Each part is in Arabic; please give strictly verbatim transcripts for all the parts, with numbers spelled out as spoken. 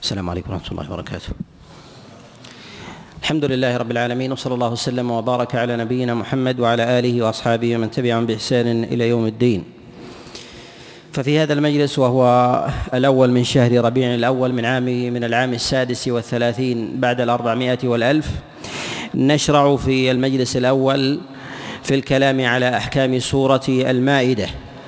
السلام عليكم ورحمة الله وبركاته. الحمد لله رب العالمين، وصلى الله وسلم وبارك على نبينا محمد وعلى آله وأصحابه ومن تبعهم بإحسان إلى يوم الدين. ففي هذا المجلس، وهو الأول من شهر ربيع الأول من عام من العام السادس والثلاثين بعد الأربعمائة والألف، نشرع في المجلس الأول في الكلام على أحكام سورة المائدة.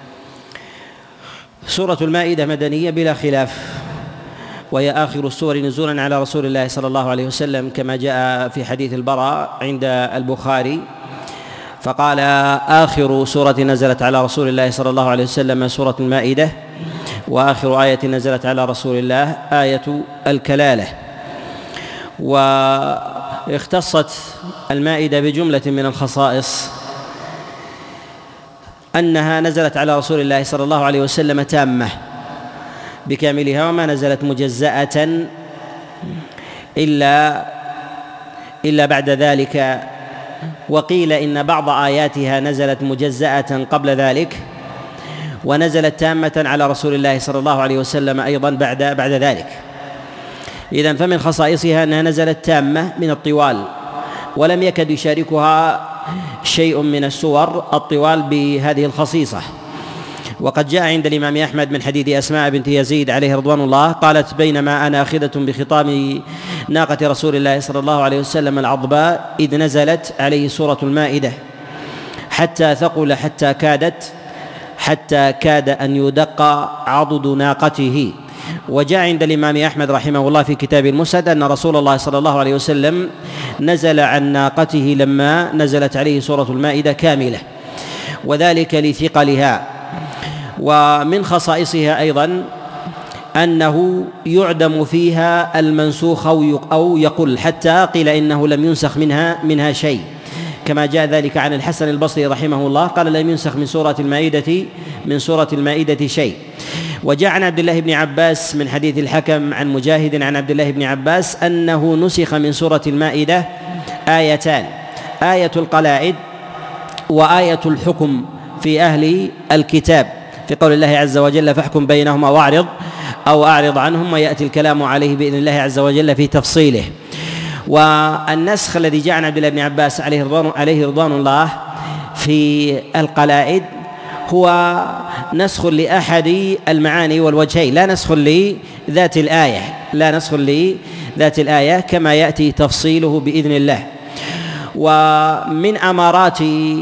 سورة المائدة مدنية بلا خلاف، وهي آخر السور نزولا على رسول الله صلى الله عليه وسلم، كما جاء في حديث البراء عند البخاري، فقال: آخر سورة نزلت على رسول الله صلى الله عليه وسلم سورة المائدة، وآخر آية نزلت على رسول الله آية الكلالة. واختصت المائدة بجملة من الخصائص، أنها نزلت على رسول الله صلى الله عليه وسلم تامة بكاملها، وما نزلت مجزأة إلا إلا بعد ذلك. وقيل إن بعض آياتها نزلت مجزأة قبل ذلك، ونزلت تامة على رسول الله صلى الله عليه وسلم أيضا بعد بعد ذلك. إذن فمن خصائصها أنها نزلت تامة من الطوال، ولم يكد يشاركها شيء من السور الطوال بهذه الخصيصة. وقد جاء عند الإمام أحمد من حديث أسماء بنت يزيد عليه رضوان الله قالت: بينما أنا آخذة بخطام ناقة رسول الله صلى الله عليه وسلم العضباء إذ نزلت عليه سورة المائدة حتى ثقل حتى كادت حتى كاد أن يدق عضد ناقته. وجاء عند الإمام أحمد رحمه الله في كتاب المسند أن رسول الله صلى الله عليه وسلم نزل عن ناقته لما نزلت عليه سورة المائدة كاملة، وذلك لثقلها. ومن خصائصها أيضا أنه يعدم فيها المنسوخ أو يقل، حتى قيل إنه لم ينسخ منها منها شيء، كما جاء ذلك عن الحسن البصري رحمه الله قال: لم ينسخ من سورة المائدة من سورة المائدة شيء. وجاء عن عبد الله بن عباس من حديث الحكم عن مجاهد عن عبد الله بن عباس أنه نسخ من سورة المائدة آيتان: آية القلائد وآية الحكم في أهل الكتاب، في قول الله عز وجل: فاحكم بينهم أو أعرض أو أعرض عنهم، ويأتي الكلام عليه بإذن الله عز وجل في تفصيله. والنسخ الذي جاء عن عبد الله بن عباس عليه رضوان, عليه رضوان الله في القلائد هو نسخ لأحد المعاني والوجهين، لا نسخ لذات الآية لا نسخ لذات الآية كما يأتي تفصيله بإذن الله. ومن أمارات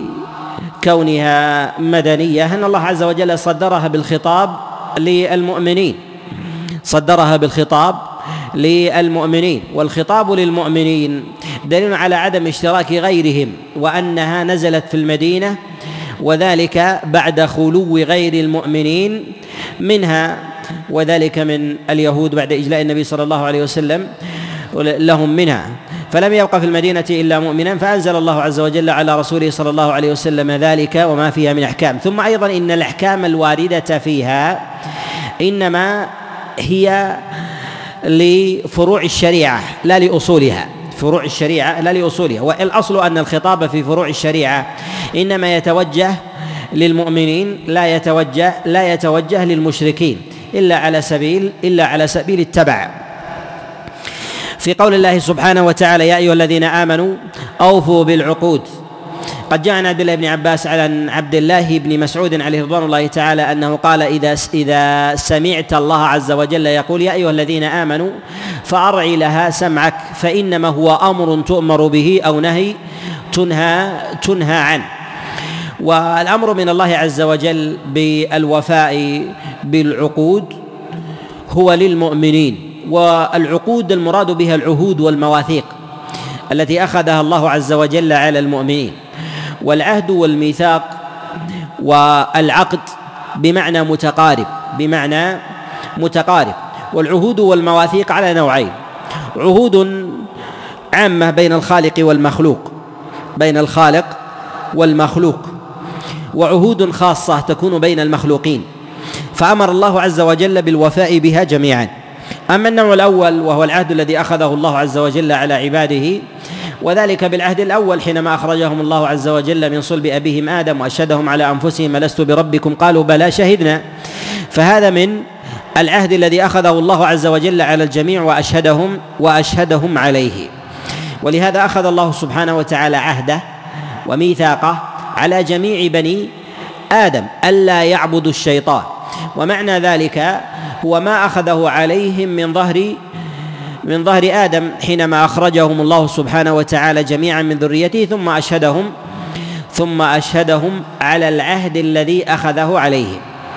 كونها مدنية أن الله عز وجل صدرها بالخطاب للمؤمنين صدرها بالخطاب للمؤمنين والخطاب للمؤمنين دليل على عدم اشتراك غيرهم، وأنها نزلت في المدينة، وذلك بعد خلو غير المؤمنين منها، وذلك من اليهود بعد إجلاء النبي صلى الله عليه وسلم لهم منها، فلم يبق في المدينة إلا مؤمنا، فأنزل الله عز وجل على رسوله صلى الله عليه وسلم ذلك وما فيها من أحكام. ثم أيضا إن الأحكام الواردة فيها إنما هي لفروع الشريعة لا لأصولها فروع الشريعة لا لأصولها والأصل أن الخطاب في فروع الشريعة إنما يتوجه للمؤمنين، لا يتوجه لا يتوجه للمشركين إلا على سبيل إلا على سبيل التبع. في قول الله سبحانه وتعالى: يا أيها الذين آمنوا أوفوا بالعقود. قد جاء عن عبد الله بن عباس عن عبد الله بن مسعود عليه رضوان الله تعالى أنه قال: إذا إذا سمعت الله عز وجل يقول يا أيها الذين آمنوا فأرعي لها سمعك، فإنما هو أمر تؤمر به أو نهي تنهى تنهى عنه. والأمر من الله عز وجل بالوفاء بالعقود هو للمؤمنين، والعقود المراد بها العهود والمواثيق التي أخذها الله عز وجل على المؤمنين. والعهد والميثاق والعقد بمعنى متقارب بمعنى متقارب والعهود والمواثيق على نوعين: عهود عامة بين الخالق والمخلوق بين الخالق والمخلوق وعهود خاصة تكون بين المخلوقين، فأمر الله عز وجل بالوفاء بها جميعا. أما النوع الأول وهو العهد الذي أخذه الله عز وجل على عباده، وذلك بالعهد الأول حينما أخرجهم الله عز وجل من صلب أبيهم آدم وأشهدهم على أنفسهم: ألست بربكم؟ قالوا بلى شهدنا. فهذا من العهد الذي أخذه الله عز وجل على الجميع وأشهدهم وأشهدهم عليه. ولهذا أخذ الله سبحانه وتعالى عهده وميثاقه على جميع بني آدم ألا يعبدوا الشيطان، ومعنى ذلك هو ما أخذه عليهم من ظهر من ظهر آدم حينما أخرجهم الله سبحانه وتعالى جميعا من ذريته، ثم أشهدهم ثم أشهدهم على العهد الذي أخذه عليهم.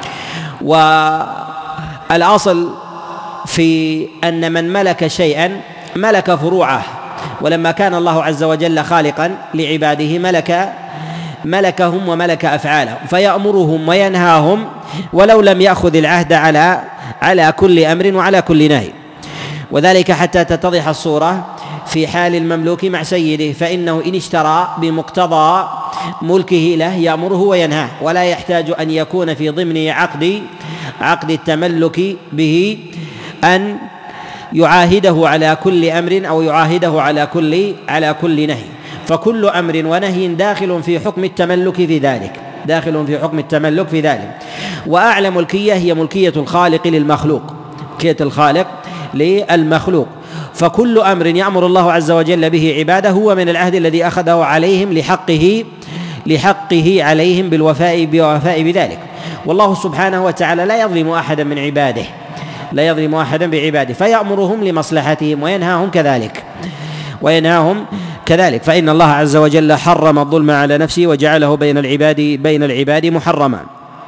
والأصل في أن من ملك شيئا ملك فروعه، ولما كان الله عز وجل خالقا لعباده ملك ملكهم وملك أفعالهم، فيأمرهم وينهاهم ولو لم يأخذ العهد على على كل أمر وعلى كل نهي. وذلك حتى تتضح الصورة في حال المملوك مع سيده، فإنه إن اشترى بمقتضى ملكه له يأمره وينهاه، ولا يحتاج أن يكون في ضمن عقد عقد التملك به أن يعاهده على كل أمر أو يعاهده على كل على كل نهي، فكل أمر ونهي داخل في حكم التملك في ذلك داخل في حكم التملك في ذلك. وأعلى ملكية هي ملكية الخالق للمخلوق ملكية الخالق للمخلوق فكل أمر يأمر الله عز وجل به عباده هو من العهد الذي أخذه عليهم لحقه لحقه عليهم بالوفاء بوفاء بذلك. والله سبحانه وتعالى لا يظلم أحدا من عباده لا يظلم أحدا بعباده فيأمرهم لمصلحتهم وينهاهم كذلك وينهاهم كذلك فإن الله عز وجل حرم الظلم على نفسه وجعله بين العباد بين العباد محرما.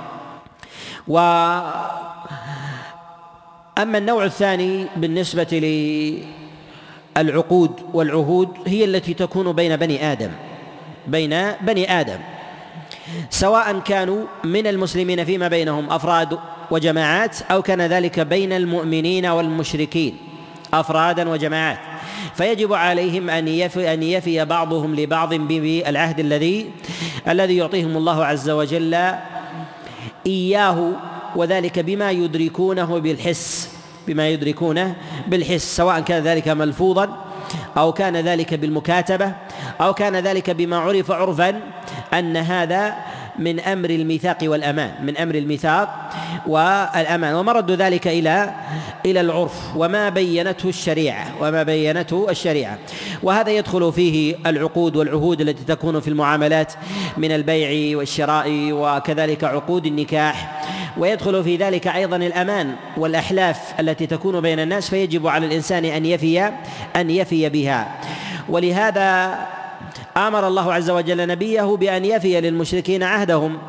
وأما النوع الثاني بالنسبة للعقود والعهود هي التي تكون بين بني آدم بين بني آدم سواء كانوا من المسلمين فيما بينهم أفراد وجماعات، أو كان ذلك بين المؤمنين والمشركين أفرادا وجماعات، فيجب عليهم أن يفي, أن يفي بعضهم لبعض بالعهد الذي الذي يعطيهم الله عز وجل إياه، وذلك بما يدركونه بالحس بما يدركونه بالحس سواء كان ذلك ملفوظا أو كان ذلك بالمكاتبة أو كان ذلك بما عرف عرفا أن هذا من أمر الميثاق والأمان من أمر الميثاق والأمان ومرد ذلك إلى إلى العرف وما بينته الشريعة وما بينته الشريعة وهذا يدخل فيه العقود والعهود التي تكون في المعاملات من البيع والشراء وكذلك عقود النكاح، ويدخل في ذلك أيضا الأمان والأحلاف التي تكون بين الناس، فيجب على الإنسان أن يفي أن يفي بها. ولهذا أمر الله عز وجل نبيه بأن يفي للمشركين عهدهم،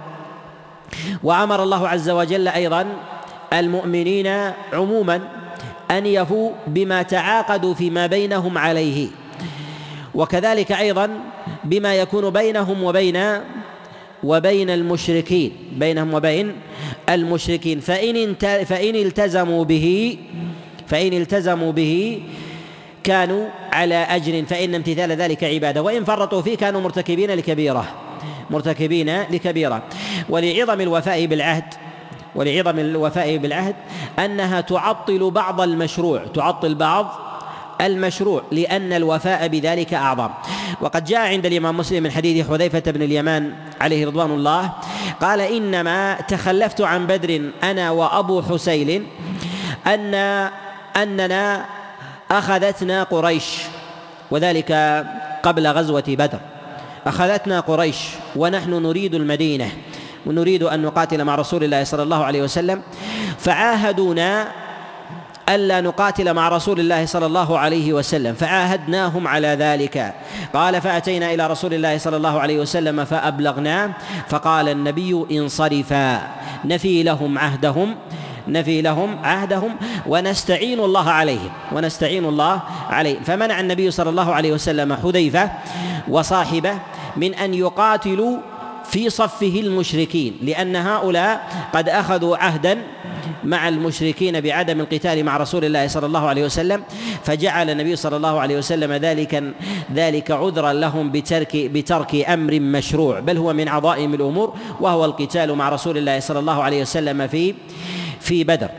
وأمر الله عز وجل أيضا المؤمنين عموما أن يفوا بما تعاقدوا فيما بينهم عليه، وكذلك أيضا بما يكون بينهم وبين وبين المشركين بينهم وبين المشركين فإن فإن التزموا به فإن التزموا به كانوا على أجر، فإن امتثال ذلك عبادة، وإن فرطوا فيه كانوا مرتكبين لكبيرة مرتكبين لكبيرة. ولعظم الوفاء بالعهد ولعظم الوفاء بالعهد أنها تعطل بعض المشروع تعطل بعض المشروع لأن الوفاء بذلك أعظم. وقد جاء عند الإمام مسلم من حديث حذيفة بن اليمان عليه رضوان الله قال: إنما تخلفت عن بدر أنا وأبو حسيل أن أننا أخذتنا قريش، وذلك قبل غزوة بدر، أخذتنا قريش ونحن نريد المدينة ونريد أن نقاتل مع رسول الله صلى الله عليه وسلم، فعاهدونا ألا نقاتل مع رسول الله صلى الله عليه وسلم، فعاهدناهم على ذلك. قال: فأتينا إلى رسول الله صلى الله عليه وسلم فأبلغناه، فقال النبي: انصرفا نفي لهم عهدهم نفي لهم عهدهم ونستعين الله عليهم ونستعين الله عليهم. فمنع النبي صلى الله عليه وسلم حذيفة وصاحبه من أن يقاتلوا في صفه المشركين، لأن هؤلاء قد أخذوا عهدا مع المشركين بعدم القتال مع رسول الله صلى الله عليه وسلم، فجعل النبي صلى الله عليه وسلم ذلك ذلك عذرا لهم بترك بترك أمر مشروع، بل هو من عظائم الأمور، وهو القتال مع رسول الله صلى الله عليه وسلم في في بدر.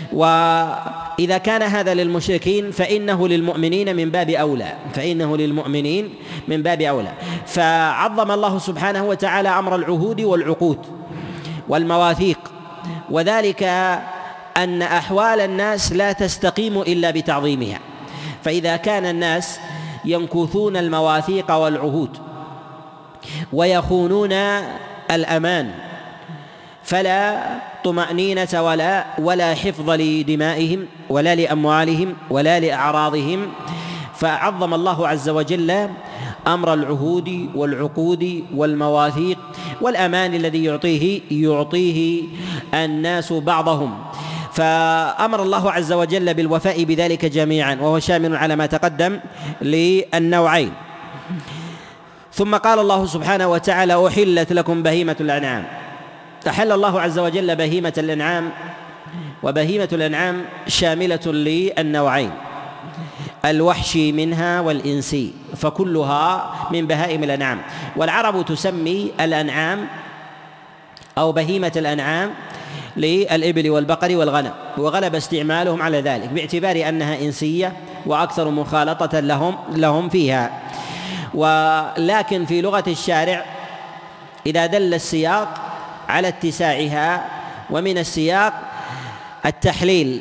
وإذا كان هذا للمشركين فإنه للمؤمنين من باب أولى فإنه للمؤمنين من باب أولى فعظم الله سبحانه وتعالى أمر العهود والعقود والمواثيق، وذلك أن أحوال الناس لا تستقيم إلا بتعظيمها. فإذا كان الناس ينكثون المواثيق والعهود ويخونون الأمان فلا طمأنينة ولا ولا حفظ لدمائهم ولا لأموالهم ولا لأعراضهم. فعظم الله عز وجل أمر العهود والعقود والمواثيق والأمان الذي يعطيه يعطيه الناس بعضهم، فأمر الله عز وجل بالوفاء بذلك جميعا، وهو شامل على ما تقدم للنوعين. ثم قال الله سبحانه وتعالى: أحلت لكم بهيمة الأنعام. أحل الله عز وجل بهيمة الأنعام، وبهيمة الأنعام شاملة للنوعين الوحشي منها والإنسي، فكلها من بهائم الأنعام. والعرب تسمي الأنعام أو بهيمة الأنعام للإبل والبقر والغنم، وغلب استعمالهم على ذلك باعتبار أنها إنسية وأكثر مخالطة لهم لهم فيها. ولكن في لغة الشارع إذا دل السياق على اتساعها، ومن السياق التحليل،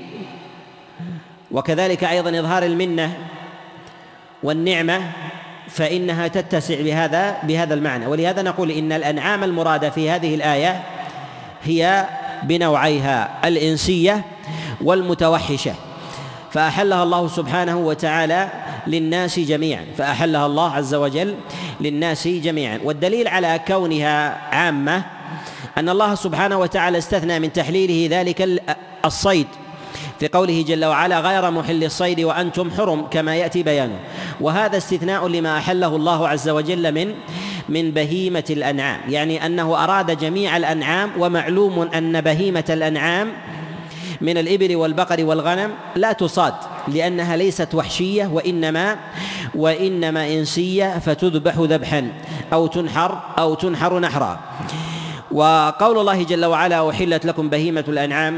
وكذلك أيضا إظهار المنة والنعمة، فإنها تتسع بهذا بهذا المعنى. ولهذا نقول إن الأنعام المرادة في هذه الآية هي بنوعيها الإنسية والمتوحشة، فأحلها الله سبحانه وتعالى للناس جميعا، فأحلها الله عز وجل للناس جميعا. والدليل على كونها عامة أن الله سبحانه وتعالى استثنى من تحليله ذلك الصيد في قوله جل وعلا: غير محل الصيد وأنتم حرم، كما يأتي بيانه. وهذا استثناء لما أحله الله عز وجل من من بهيمة الأنعام، يعني أنه أراد جميع الأنعام. ومعلوم أن بهيمة الأنعام من الإبل والبقر والغنم لا تصاد، لأنها ليست وحشية وإنما وإنما إنسية، فتذبح ذبحا أو تنحر أو تنحر نحرا. وقول الله جل وعلا: أحلت لكم بهيمة الأنعام،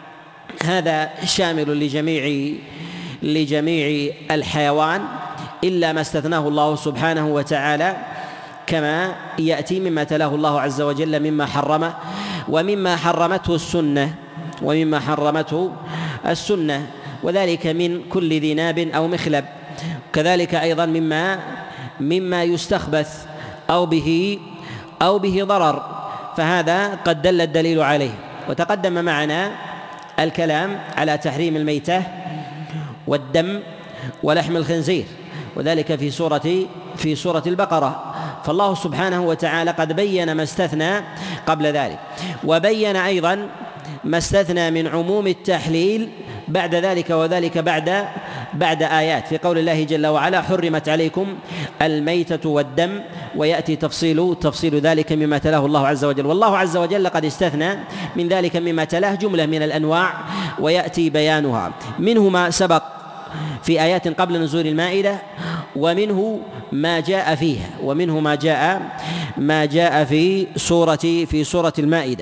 هذا شامل لجميع لجميع الحيوان إلا ما استثناه الله سبحانه وتعالى، كما يأتي مما تلاه الله عز وجل مما حرمه ومما حرمته السنة ومما حرمته السنة وذلك من كل ذي ناب أو مخلب، كذلك أيضا مما مما يستخبث أو به أو به ضرر، فهذا قد دل الدليل عليه. وتقدم معنا الكلام على تحريم الميتة والدم ولحم الخنزير، وذلك في سورة في سورة البقرة. فالله سبحانه وتعالى قد بين ما استثنى قبل ذلك، وبين أيضا ما استثنى من عموم التحليل بعد ذلك، وذلك بعد بعد آيات في قول الله جل وعلا: حرمت عليكم الميتة والدم، ويأتي تفصيل تفصيل ذلك مما تلاه الله عز وجل. والله عز وجل قد استثنى من ذلك مما تلاه جملة من الأنواع، ويأتي بيانها، منه ما سبق في آيات قبل نزول المائدة، ومنه ما جاء فيها، ومنه ما جاء ما جاء في سورة في سورة المائدة.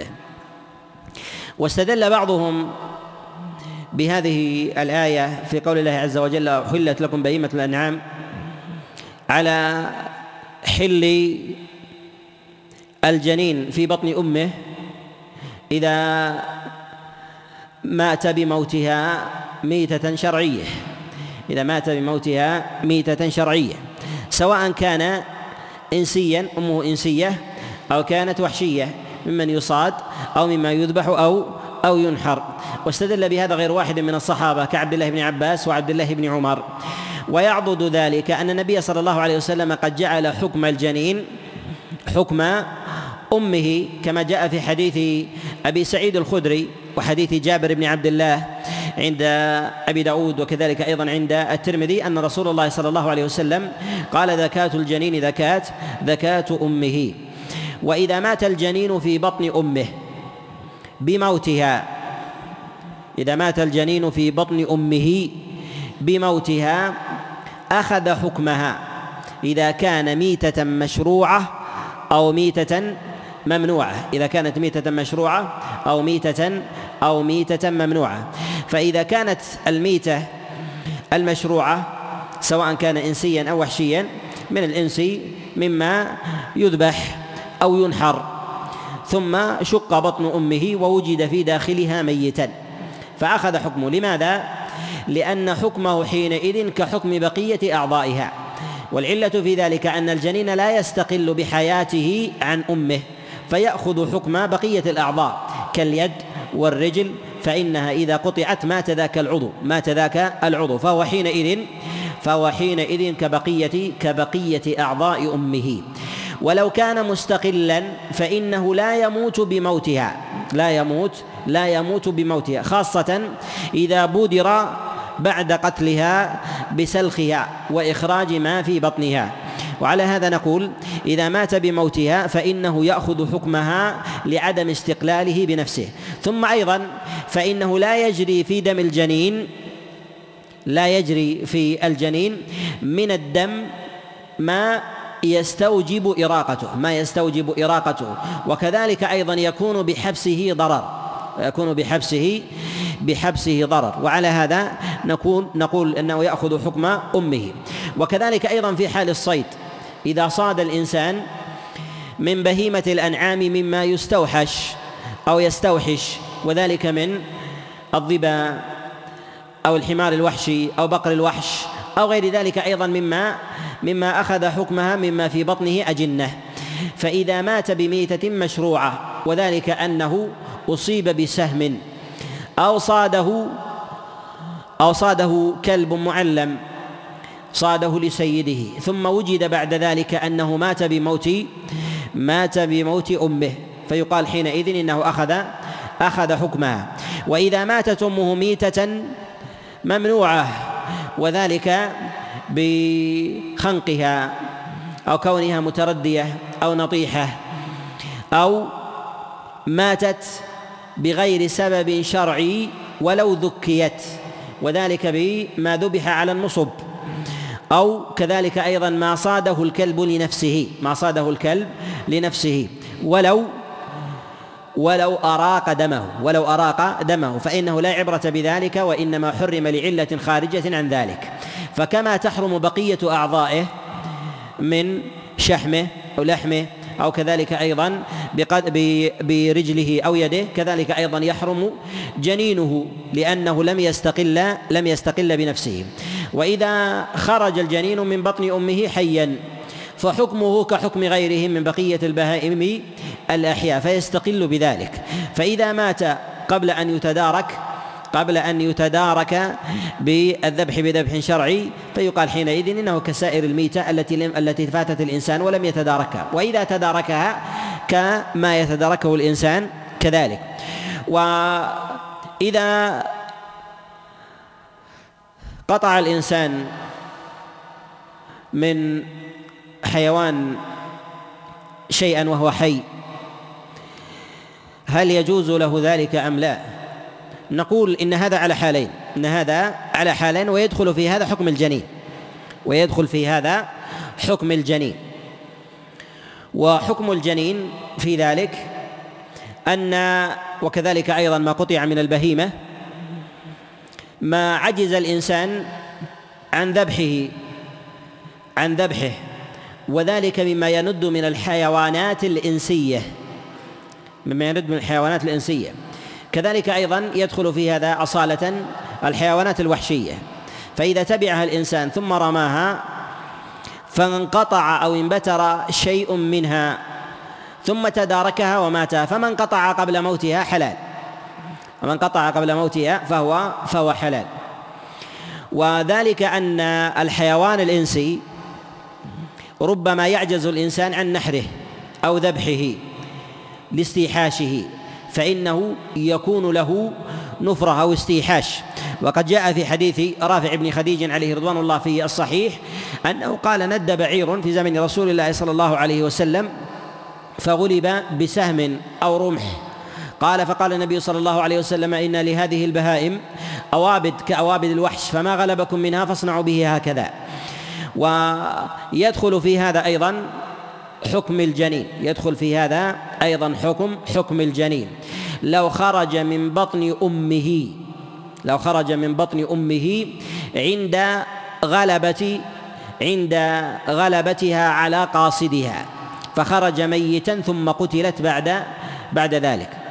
واستدل بعضهم بهذه الآية في قول الله عز وجل: أحلت لكم بهيمة الأنعام، على حل الجنين في بطن أمه إذا مات بموتها ميتة شرعية إذا مات بموتها ميتة شرعية سواء كان إنسيا أمه إنسية أو كانت وحشية ممن يصاد أو مما يذبح أو أو ينحر. واستدل بهذا غير واحد من الصحابة كعبد الله بن عباس وعبد الله بن عمر. ويعضد ذلك أن النبي صلى الله عليه وسلم قد جعل حكم الجنين حكم أمه، كما جاء في حديث أبي سعيد الخدري وحديث جابر بن عبد الله عند أبي داود، وكذلك أيضا عند الترمذي، أن رسول الله صلى الله عليه وسلم قال: زكاة الجنين زكاة زكاة أمه. وإذا مات الجنين في بطن أمه بموتها إذا مات الجنين في بطن أمه بموتها أخذ حكمها إذا كان ميتة مشروعة أو ميتة ممنوعة إذا كانت ميتة مشروعة أو ميتة أو ميتة ممنوعة. فإذا كانت الميتة المشروعة سواء كان إنسيا أو وحشيا، من الإنسي مما يذبح أو ينحر ثم شق بطن أمه ووجد في داخلها ميتا، فأخذ حكمه. لماذا؟ لأن حكمه حينئذ كحكم بقية أعضائها، والعلة في ذلك أن الجنين لا يستقل بحياته عن أمه، فيأخذ حكم بقية الأعضاء كاليد والرجل، فإنها إذا قطعت مات ذاك العضو مات ذاك العضو فهو حينئذ فهو حينئذ كبقية كبقية أعضاء أمه. ولو كان مستقلا فإنه لا يموت بموتها لا يموت لا يموت بموتها خاصة إذا بودر بعد قتلها بسلخها وإخراج ما في بطنها. وعلى هذا نقول إذا مات بموتها فإنه يأخذ حكمها لعدم استقلاله بنفسه. ثم أيضا فإنه لا يجري في دم الجنين لا يجري في الجنين من الدم ما يستوجب إراقته ما يستوجب إراقته وكذلك أيضا يكون بحبسه ضرر يكون بحبسه بحبسه ضرر. وعلى هذا نقول نقول أنه يأخذ حكم أمه. وكذلك أيضا في حال الصيد، إذا صاد الإنسان من بهيمة الأنعام مما يستوحش أو يستوحش، وذلك من الظبا أو الحمار الوحشي أو بقر الوحش أو غير ذلك أيضا مما مما أخذ حكمها مما في بطنه أجنة، فإذا مات بميتة مشروعة وذلك أنه أصيب بسهم أو صاده أو صاده كلب معلم صاده لسيده ثم وجد بعد ذلك أنه مات بموت مات بموت أمه، فيقال حينئذ إنه أخذ أخذ حكمها. وإذا ماتت أمه ميتة ممنوعة وذلك بخنقها أو كونها متردية أو نطيحة أو ماتت بغير سبب شرعي ولو ذكيت، وذلك بما ذبح على النصب، أو كذلك أيضا ما صاده الكلب لنفسه ما صاده الكلب لنفسه ولو ولو أراق دمه ولو أراق دمه فإنه لا عبرة بذلك، وإنما حرم لعلة خارجة عن ذلك. فكما تحرم بقية أعضائه من شحمه أو لحمه أو كذلك أيضا برجله أو يده، كذلك أيضا يحرم جنينه لأنه لم يستقل لم يستقل بنفسه. وإذا خرج الجنين من بطن أمه حيا فحكمه كحكم غيره من بقية البهائم الأحياء فيستقل بذلك. فإذا مات قبل أن يتدارك قبل أن يتدارك بالذبح بذبح شرعي فيقال حينئذ إنه كسائر الميتة التي التي فاتت الإنسان ولم يتداركها، وإذا تداركها كما يتداركه الإنسان كذلك. وإذا قطع الإنسان من حيوان شيئا وهو حي هل يجوز له ذلك أم لا؟ نقول إن هذا على حالين إن هذا على حالين ويدخل في هذا حكم الجنين ويدخل في هذا حكم الجنين. وحكم الجنين في ذلك أن وكذلك أيضا ما قطع من البهيمة ما عجز الإنسان عن ذبحه عن ذبحه وذلك مما يند من الحيوانات الإنسية مما يند من الحيوانات الإنسية. كذلك أيضا يدخل في هذا أصالة الحيوانات الوحشية، فإذا تبعها الإنسان ثم رماها فانقطع أو انبتر شيء منها ثم تداركها وماتها فمن قطع قبل موتها حلال ومن قطع قبل موتها فهو فهو حلال. وذلك أن الحيوان الإنسي ربما يعجز الإنسان عن نحره أو ذبحه لاستيحاشه فإنه يكون له نفرة أو استيحاش. وقد جاء في حديث رافع بن خديج عليه رضوان الله في الصحيح أنه قال ند بعير في زمن رسول الله صلى الله عليه وسلم فغلب بسهم أو رمح، قال فقال النبي صلى الله عليه وسلم إن لهذه البهائم أوابد كأوابد الوحش فما غلبكم منها فاصنعوا به هكذا. ويدخل في هذا أيضا حكم الجنين يدخل في هذا أيضا حكم حكم الجنين لو خرج من بطن أمه لو خرج من بطن أمه عند غلبة عند غلبتها على قاصدها فخرج ميتا ثم قتلت بعد بعد ذلك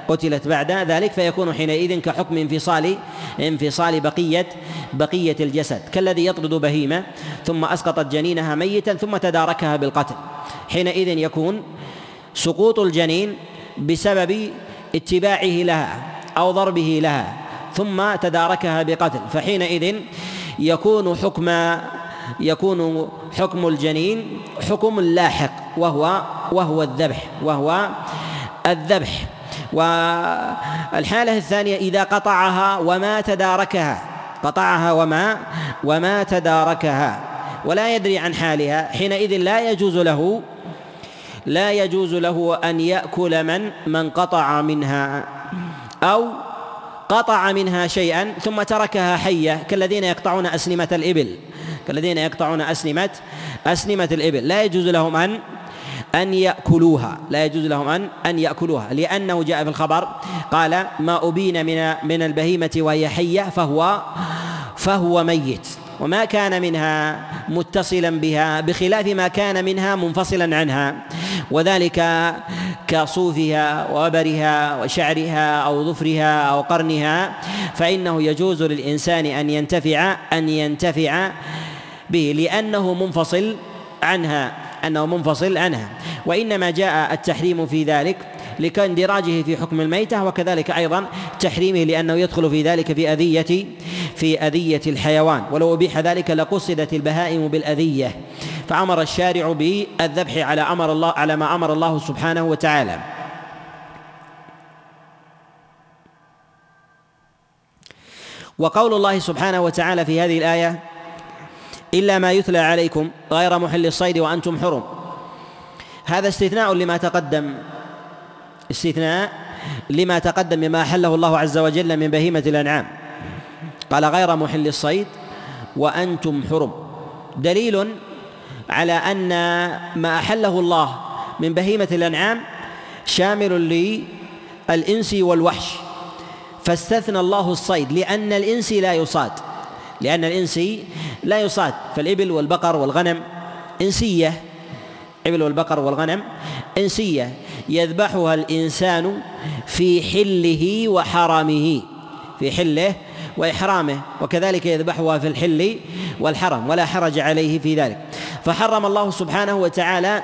قتلت بعد ذلك، فيكون حينئذ كحكم انفصال انفصال بقية بقية الجسد، كالذي يطرد بهيمة ثم أسقطت جنينها ميتا ثم تداركها بالقتل، حينئذ يكون سقوط الجنين بسبب اتباعه لها أو ضربه لها ثم تداركها بقتل، فحينئذ يكون حكم يكون حكم الجنين حكم لاحق وهو وهو الذبح وهو الذبح. والحالة الثانية إذا قطعها وما تداركها قطعها وما وما تداركها ولا يدري عن حالها، حينئذ لا يجوز له لا يجوز له أن يأكل من من قطع منها، أو قطع منها شيئا ثم تركها حية كالذين يقطعون أسنمة الإبل كالذين يقطعون أسنمة أسنمة الإبل لا يجوز لهم أن أن يأكلوها لا يجوز لهم أن أن يأكلوها لأنه جاء في الخبر قال ما أبين من من البهيمة وهي حية فهو فهو ميت، وما كان منها متصلا بها بخلاف ما كان منها منفصلا عنها، وذلك كصوفها ووبرها وشعرها أو ظفرها أو قرنها، فإنه يجوز للإنسان أن ينتفع أن ينتفع به لأنه منفصل عنها أنه منفصل عنها وإنما جاء التحريم في ذلك لاندراجه في حكم الميتة، وكذلك أيضا تحريمه لأنه يدخل في ذلك في أذية في أذية الحيوان، ولو أبيح ذلك لقصدت البهائم بالأذية، فأمر الشارع بالذبح على أمر الله على ما أمر الله سبحانه وتعالى. وقول الله سبحانه وتعالى في هذه الآية إلا ما يتلى عليكم غير محل الصيد وأنتم حرم، هذا استثناء لما تقدم استثناء لما تقدم مما أحله الله عز وجل من بهيمة الأنعام، قال غير محل الصيد وأنتم حرم، دليل على أن ما أحله الله من بهيمة الأنعام شامل للإنس والوحش، فاستثنى الله الصيد لأن الإنس لا يصاد لأن الإنس لا يصاد فالإبل والبقر والغنم إنسية إبل والبقر والغنم إنسية يذبحها الإنسان في حله وحرمه في حله وإحرامه، وكذلك يذبحها في الحل والحرم ولا حرج عليه في ذلك، فحرم الله سبحانه وتعالى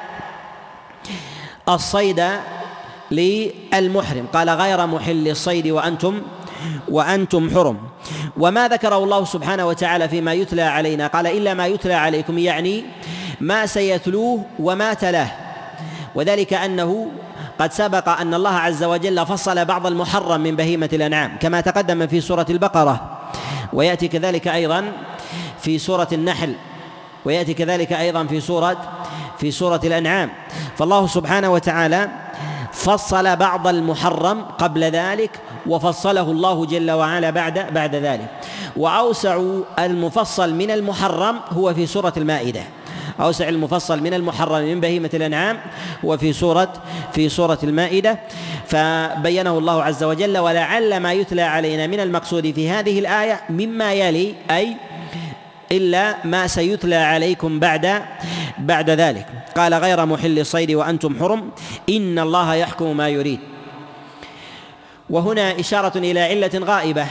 الصيد للمحرم، قال غير محل الصيد وأنتم وأنتم حرم. وما ذكره الله سبحانه وتعالى فيما يتلى علينا قال إلا ما يتلى عليكم، يعني ما سيتلوه وما تلاه، وذلك أنه قد سبق أن الله عز وجل فصل بعض المحرم من بهيمة الأنعام كما تقدم في سورة البقرة، ويأتي كذلك أيضا في سورة النحل، ويأتي كذلك أيضا في سورة في سورة الأنعام، فالله سبحانه وتعالى فصل بعض المحرم قبل ذلك وفصله الله جل وعلا بعد بعد ذلك، وأوسع المفصل من المحرم هو في سورة المائدة، أوسع المفصل من المحرم من بهيمة الأنعام وفي سورة في سورة المائدة، فبينه الله عز وجل. ولعل ما يتلى علينا من المقصود في هذه الآية مما يلي، أي إلا ما سيتلى عليكم بعد بعد ذلك، قال غير محل الصيد وأنتم حرم إن الله يحكم ما يريد. وهنا إشارة إلى علة غائبة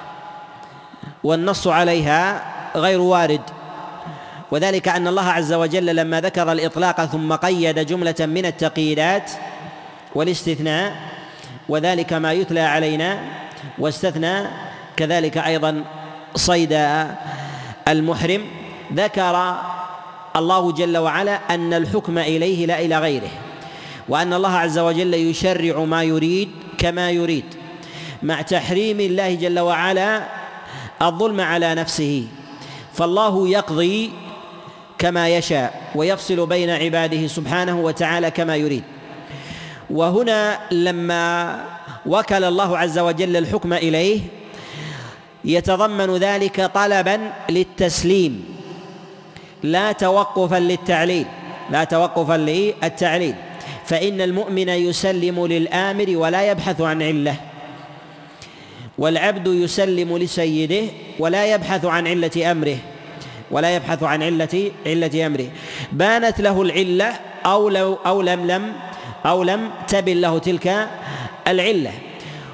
والنص عليها غير وارد، وذلك أن الله عز وجل لما ذكر الإطلاق ثم قيد جملة من التقييدات والاستثناء، وذلك ما يتلى علينا، واستثنى كذلك أيضا صيد المحرم، ذكر الله جل وعلا أن الحكم إليه لا إلى غيره، وأن الله عز وجل يشرع ما يريد كما يريد، مع تحريم الله جل وعلا الظلم على نفسه، فالله يقضي كما يشاء ويفصل بين عباده سبحانه وتعالى كما يريد. وهنا لما وكل الله عز وجل الحكم إليه يتضمن ذلك طلبا للتسليم لا توقفا للتعليل لا توقفا للتعليل فإن المؤمن يسلم للآمر ولا يبحث عن علة، والعبد يسلم لسيده ولا يبحث عن علة أمره ولا يبحث عن علة علة أمره، بانت له العلة أو لو أو لم لم أو لم تبن له تلك العلة.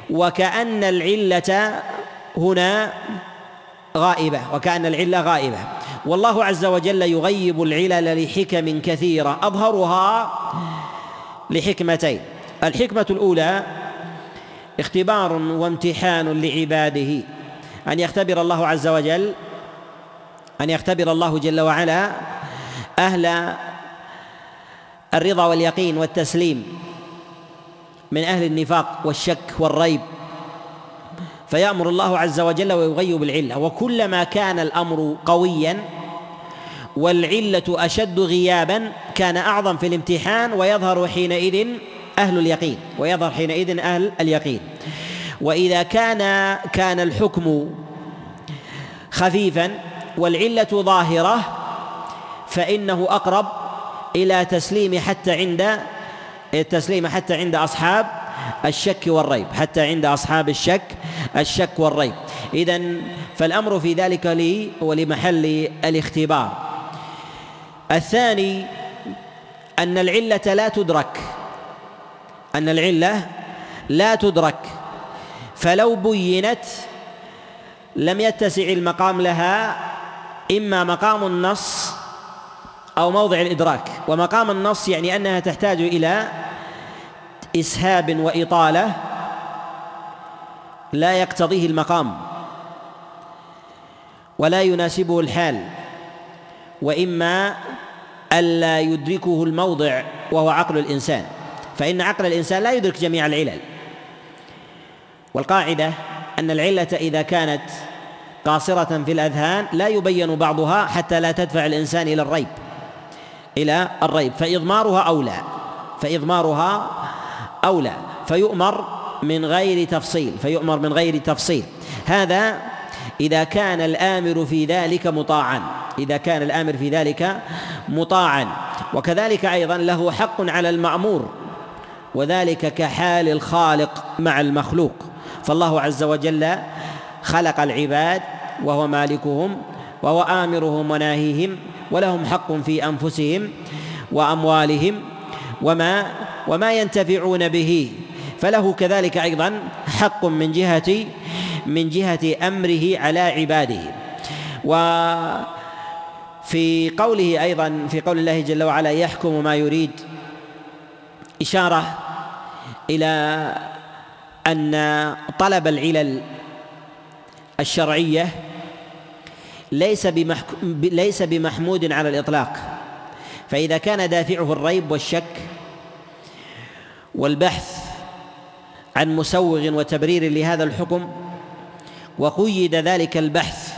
وكأن العلة هنا غائبة وكأن العلة غائبة والله عز وجل يغيب العلل لحكم كثيرة أظهرها لحكمتين. الحكمة الأولى اختبار وامتحان لعباده، أن يختبر الله عز وجل أن يختبر الله جل وعلا أهل الرضا واليقين والتسليم من أهل النفاق والشك والريب، فيأمر الله عز وجل ويغيب العلة. وكلما كان الأمر قويا والعلة أشد غيابا كان أعظم في الامتحان، ويظهر حينئذ أهل اليقين ويظهر حينئذ أهل اليقين. وإذا كان كان الحكم خفيفا والعلة ظاهرة فإنه أقرب إلى تسليم حتى عند التسليم حتى عند أصحاب الشك والريب حتى عند أصحاب الشك الشك والريب. إذن فالأمر في ذلك لي ولمحل الاختبار. الثاني أن العلة لا تدرك أن العلة لا تدرك فلو بينت لم يتسع المقام لها، إما مقام النص أو موضع الإدراك. ومقام النص يعني أنها تحتاج إلى إسهاب وإطالة لا يقتضيه المقام ولا يناسبه الحال، وإما ألا يدركه الموضع وهو عقل الإنسان، فإن عقل الإنسان لا يدرك جميع العلل. والقاعدة أن العلة إذا كانت قاصرة في الأذهان لا يبين بعضها حتى لا تدفع الإنسان إلى الريب إلى الريب فإضمارها أولى فإضمارها أولى فيؤمر من غير تفصيل فيؤمر من غير تفصيل. هذا إذا كان الآمر في ذلك مطاعا إذا كان الآمر في ذلك مطاعا وكذلك أيضا له حق على المأمور، وذلك كحال الخالق مع المخلوق. فالله عز وجل خلق العباد وهو مالكهم وهو آمرهم وناهيهم، ولهم حق في أنفسهم وأموالهم وما وما ينتفعون به، فله كذلك أيضا حق من جهة من جهة أمره على عباده. وفي قوله أيضا في قول الله جل وعلا يحكم ما يريد إشارة إلى أن طلب العلل الشرعية ليس ليس بمحمود على الإطلاق، فإذا كان دافعه الريب والشك والبحث عن مسوغ وتبرير لهذا الحكم، وقيد ذلك البحث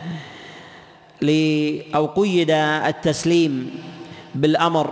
أو قيد التسليم بالأمر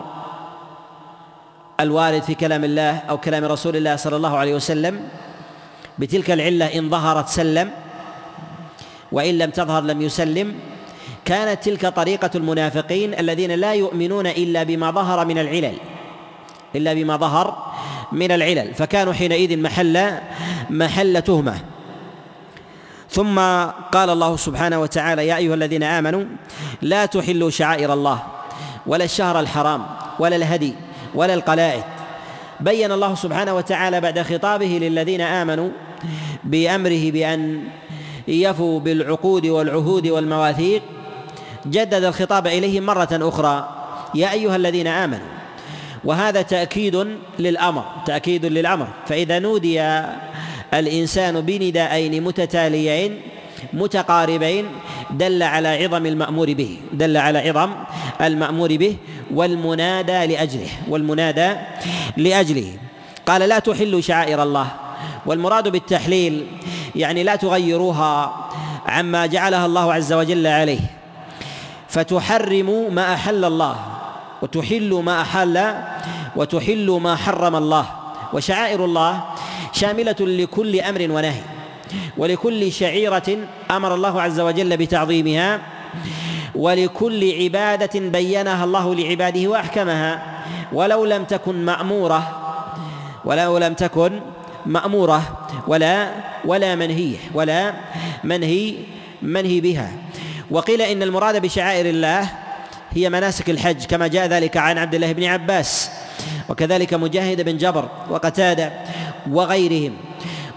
الوارد في كلام الله أو كلام رسول الله صلى الله عليه وسلم بتلك العلة، إن ظهرت سلم وإن لم تظهر لم يسلم، كانت تلك طريقة المنافقين الذين لا يؤمنون إلا بما ظهر من العلل إلا بما ظهر من العلل فكانوا حينئذ محل محل تهمة. ثم قال الله سبحانه وتعالى يا أيها الذين آمنوا لا تحلوا شعائر الله ولا الشهر الحرام ولا الهدي ولا القلائد. بين الله سبحانه وتعالى بعد خطابه للذين آمنوا بأمره بأن يفوا بالعقود والعهود والمواثيق، جدد الخطاب إليهم مرة أخرى يا أيها الذين آمنوا، وهذا تأكيد للأمر تأكيد للأمر فإذا نودي الإنسان بنداءين متتاليين متقاربين دل على عظم المأمور به دل على عظم المأمور به والمنادى لأجله والمنادى لأجله. قال لا تحلوا شعائر الله، والمراد بالتحليل يعني لا تغيروها عما جعلها الله عز وجل عليه، فتحرموا ما أحل الله وتحلوا ما أحل وتحلوا ما حرم الله. وشعائر الله شاملة لكل أمر ونهي ولكل شعيرة أمر الله عز وجل بتعظيمها ولكل عبادة بينها الله لعباده وأحكمها، ولو لم تكن مأمورة ولو لم تكن مأمورة ولا ولا منهية ولا منهي منهي بها. وقيل إن المراد بشعائر الله هي مناسك الحج كما جاء ذلك عن عبد الله بن عباس وكذلك مجاهد بن جبر وقتادة وغيرهم.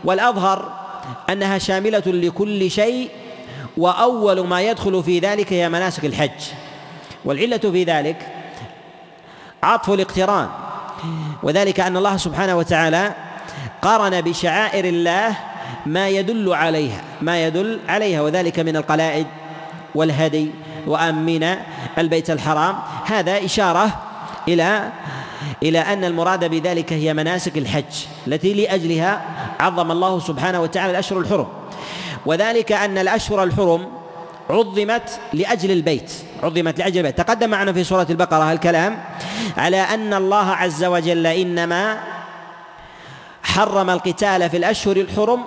والأظهر أنها شاملة لكل شيء، وأول ما يدخل في ذلك هي مناسك الحج. والعلة في ذلك عطف الاقتران، وذلك أن الله سبحانه وتعالى قارن بشعائر الله ما يدل عليها ما يدل عليها وذلك من القلائد والهدي وآمين البيت الحرام. هذا إشارة إلى إلى أن المراد بذلك هي مناسك الحج التي لأجلها عظم الله سبحانه وتعالى الأشهر الحرم، وذلك أن الأشهر الحرم عظمت لأجل البيت عظمت لأجل البيت. تقدم معنا في سورة البقرة الكلام على أن الله عز وجل إنما حرم القتال في الأشهر الحرم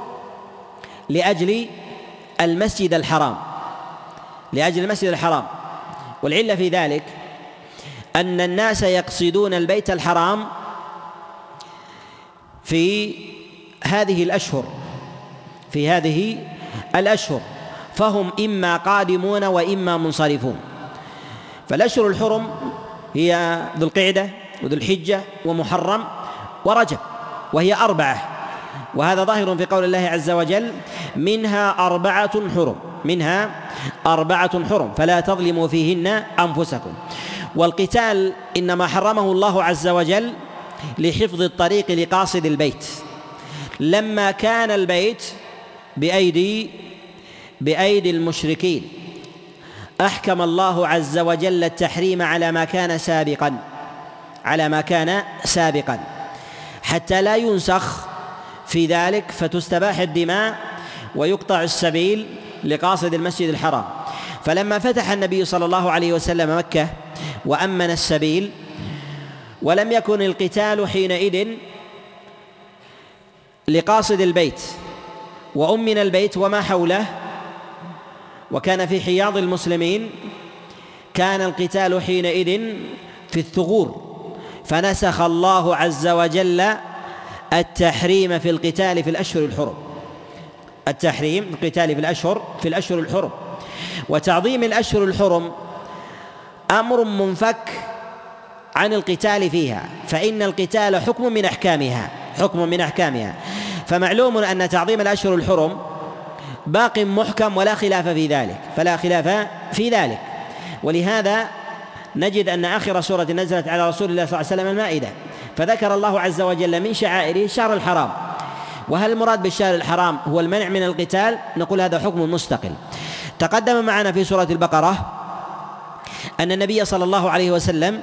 لأجل المسجد الحرام لأجل المسجد الحرام والعلة في ذلك أن الناس يقصدون البيت الحرام في هذه الأشهر في هذه الأشهر فهم إما قادمون وإما منصرفون. فالأشهر الحرم هي ذو القعدة وذو الحجة ومحرم ورجب، وهي أربعة، وهذا ظاهر في قول الله عز وجل منها أربعة حرم منها أربعة حرم فلا تظلموا فيهن أنفسكم. والقتال إنما حرمه الله عز وجل لحفظ الطريق لقاصد البيت، لما كان البيت بأيدي بأيدي المشركين أحكم الله عز وجل التحريم على ما كان سابقا على ما كان سابقا حتى لا ينسخ في ذلك فتستباح الدماء ويقطع السبيل لقاصد المسجد الحرام. فلما فتح النبي صلى الله عليه وسلم مكة وأمن السبيل ولم يكن القتال حينئذ لقاصد البيت وأمن البيت وما حوله وكان في حياض المسلمين، كان القتال حينئذ في الثغور، فنسخ الله عز وجل التحريم في القتال في الأشهر الحرم التحريم في القتال في الأشهر في الأشهر الحرم. وتعظيم الأشهر الحرم أمر منفك عن القتال فيها، فإن القتال حكم من أحكامها حكم من أحكامها فمعلوم أن تعظيم الأشهر الحرم باق محكم ولا خلاف في ذلك فلا خلاف في ذلك. ولهذا نجد أن آخر سورة نزلت على رسول الله صلى الله عليه وسلم المائدة، فذكر الله عز وجل من شعائره الشهر الحرام. وهل المراد بالشهر الحرام هو المنع من القتال؟ نقول هذا حكم مستقل. تقدم معنا في سورة البقرة أن النبي صلى الله عليه وسلم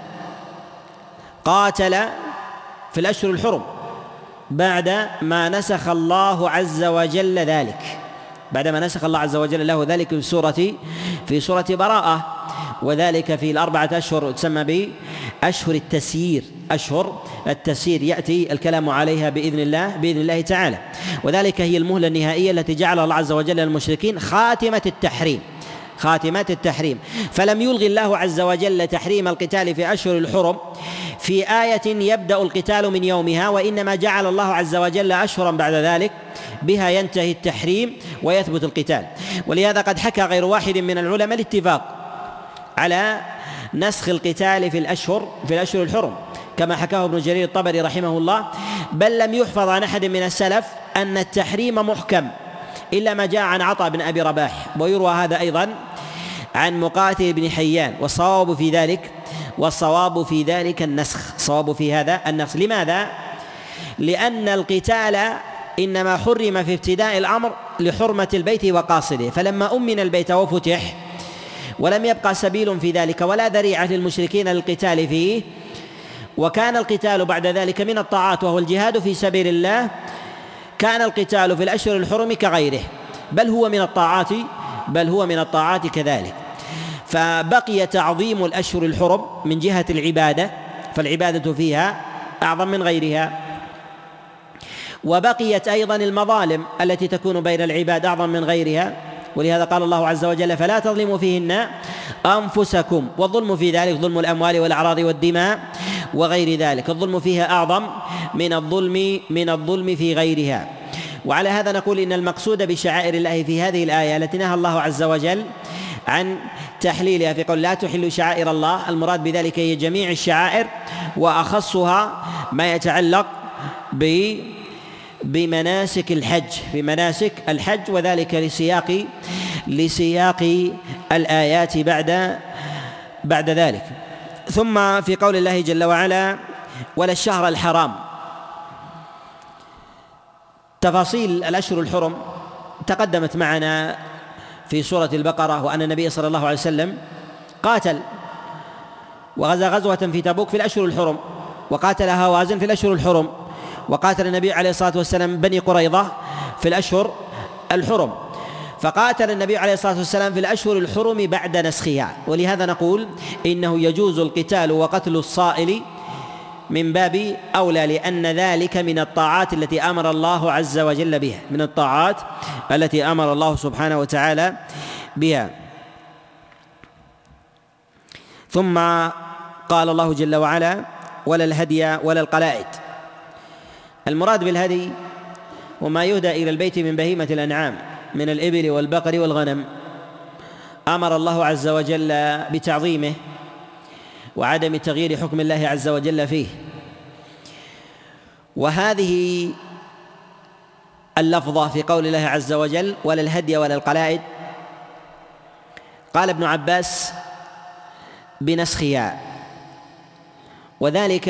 قاتل في الأشهر الحرم بعد ما نسخ الله عز وجل ذلك بعدما نسخ الله عز وجل له ذلك في سورة في سورة براءة، وذلك في الأربعة أشهر تسمى بأشهر التسيير أشهر التسيير يأتي الكلام عليها بإذن الله بإذن الله تعالى، وذلك هي المهلة النهائية التي جعلها الله عز وجل للمشركين خاتمة التحريم خاتمات التحريم. فلم يلغي الله عز وجل تحريم القتال في أشهر الحرم في آية يبدأ القتال من يومها، وإنما جعل الله عز وجل أشهرا بعد ذلك بها ينتهي التحريم ويثبت القتال. ولهذا قد حكى غير واحد من العلماء الاتفاق على نسخ القتال في الأشهر في الأشهر الحرم كما حكاه ابن جرير الطبري رحمه الله، بل لم يحفظ عن أحد من السلف أن التحريم محكم إلا ما جاء عن عطاء بن أبي رباح، ويروى هذا أيضا عن مقاتل بن حيان. والصواب في ذلك والصواب في ذلك النسخ صواب في هذا النسخ. لماذا؟ لأن القتال إنما حرم في ابتداء الأمر لحرمة البيت وقاصده، فلما أمن البيت وفتح ولم يبقى سبيل في ذلك ولا ذريعة للمشركين للقتال فيه، وكان القتال بعد ذلك من الطاعات وهو الجهاد في سبيل الله، كان القتال في الأشهر الحرم كغيره بل هو من الطاعات بل هو من الطاعات كذلك. فبقي تعظيم الأشهر الحرم من جهة العبادة، فالعبادة فيها أعظم من غيرها، وبقيت أيضا المظالم التي تكون بين العباد أعظم من غيرها، ولهذا قال الله عز وجل فلا تظلموا فيهن أنفسكم. والظلم في ذلك ظلم الأموال والأعراض والدماء وغير ذلك، الظلم فيها أعظم من الظلم من الظلم في غيرها. وعلى هذا نقول إن المقصود بشعائر الله في هذه الآية التي نهى الله عز وجل عن تحليلها في قول لا تحلوا شعائر الله، المراد بذلك هي جميع الشعائر وأخصها ما يتعلق ب بمناسك الحج بمناسك الحج وذلك لسياق لسياق الآيات بعد بعد ذلك. ثم في قول الله جل وعلا ولا الشهر الحرام، تفاصيل الأشهر الحرم تقدمت معنا في سورة البقرة، وأن النبي صلى الله عليه وسلم قاتل وغزا غزوة في تبوك في الأشهر الحرم، وقاتل هوازن في الأشهر الحرم، وقاتل النبي عليه الصلاة والسلام بني قريظة في الأشهر الحرم. فقاتل النبي عليه الصلاة والسلام في الأشهر الحرم بعد نسخها، ولهذا نقول إنه يجوز القتال وقتل الصائل من باب أولى، لأن ذلك من الطاعات التي أمر الله عز وجل بها من الطاعات التي أمر الله سبحانه وتعالى بها. ثم قال الله جل وعلا ولا الهدي ولا القلائد. المراد بالهدي وما يهدى إلى البيت من بهيمة الأنعام من الإبل والبقر والغنم، أمر الله عز وجل بتعظيمه وعدم تغيير حكم الله عز وجل فيه. وهذه اللفظة في قول الله عز وجل ولا الهدي ولا القلائد، قال ابن عباس بنسخها، وذلك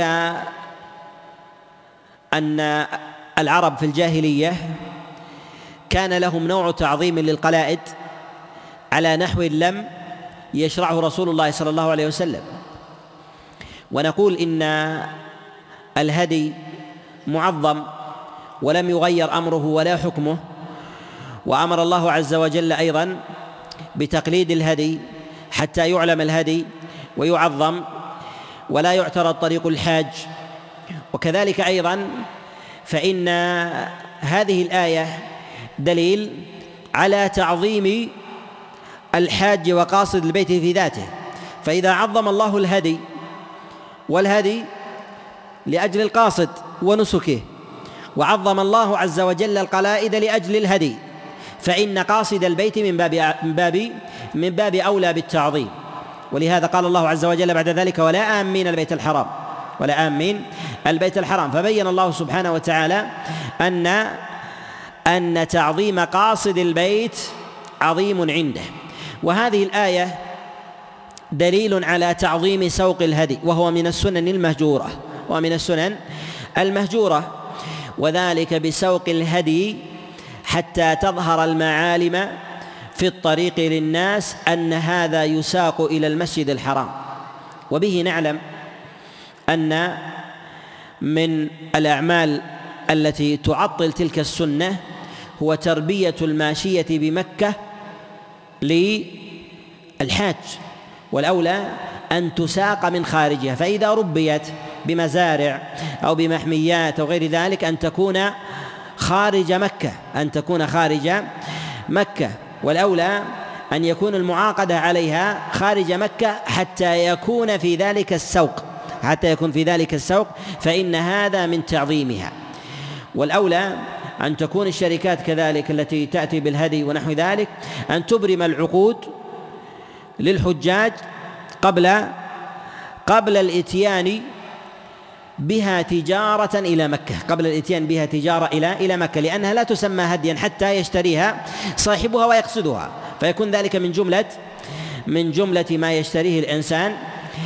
أن العرب في الجاهلية كان لهم نوع تعظيم للقلائد على نحو لم يشرعه رسول الله صلى الله عليه وسلم. ونقول إن الهدي معظم ولم يغير أمره ولا حكمه، وأمر الله عز وجل أيضا بتقليد الهدي حتى يعلم الهدي ويعظم ولا يعترض طريق الحاج. وكذلك أيضا فإن هذه الآية دليل على تعظيم الحاج وقاصد البيت في ذاته، فإذا عظم الله الهدي، والهدي لأجل القاصد ونسكه، وعظم الله عز وجل القلائد لأجل الهدي، فإن قاصد البيت من باب من باب من باب أولى بالتعظيم. ولهذا قال الله عز وجل بعد ذلك ولا آمين البيت الحرام ولا آمين البيت الحرام. فبين الله سبحانه وتعالى أن أن تعظيم قاصد البيت عظيم عنده. وهذه الآية دليل على تعظيم سوق الهدي، وهو من السنن المهجورة ومن السنن المهجورة وذلك بسوق الهدي حتى تظهر المعالم في الطريق للناس أن هذا يساق إلى المسجد الحرام. وبه نعلم أن من الأعمال التي تعطل تلك السنة هو تربية الماشية بمكة للحاج، والأولى أن تساق من خارجها، فإذا ربيت بمزارع أو بمحميات أو غير ذلك أن تكون خارج مكة أن تكون خارج مكة والأولى أن يكون المعاقدة عليها خارج مكة حتى يكون في ذلك السوق حتى يكون في ذلك السوق فإن هذا من تعظيمها. والأولى أن تكون الشركات كذلك التي تأتي بالهدي ونحو ذلك أن تبرم العقود للحجاج قبل قبل الإتيان بها تجارة إلى مكة قبل الإتيان بها تجارة إلى إلى مكة، لأنها لا تسمى هديا حتى يشتريها صاحبها ويقصدها، فيكون ذلك من جملة من جملة ما يشتريه الإنسان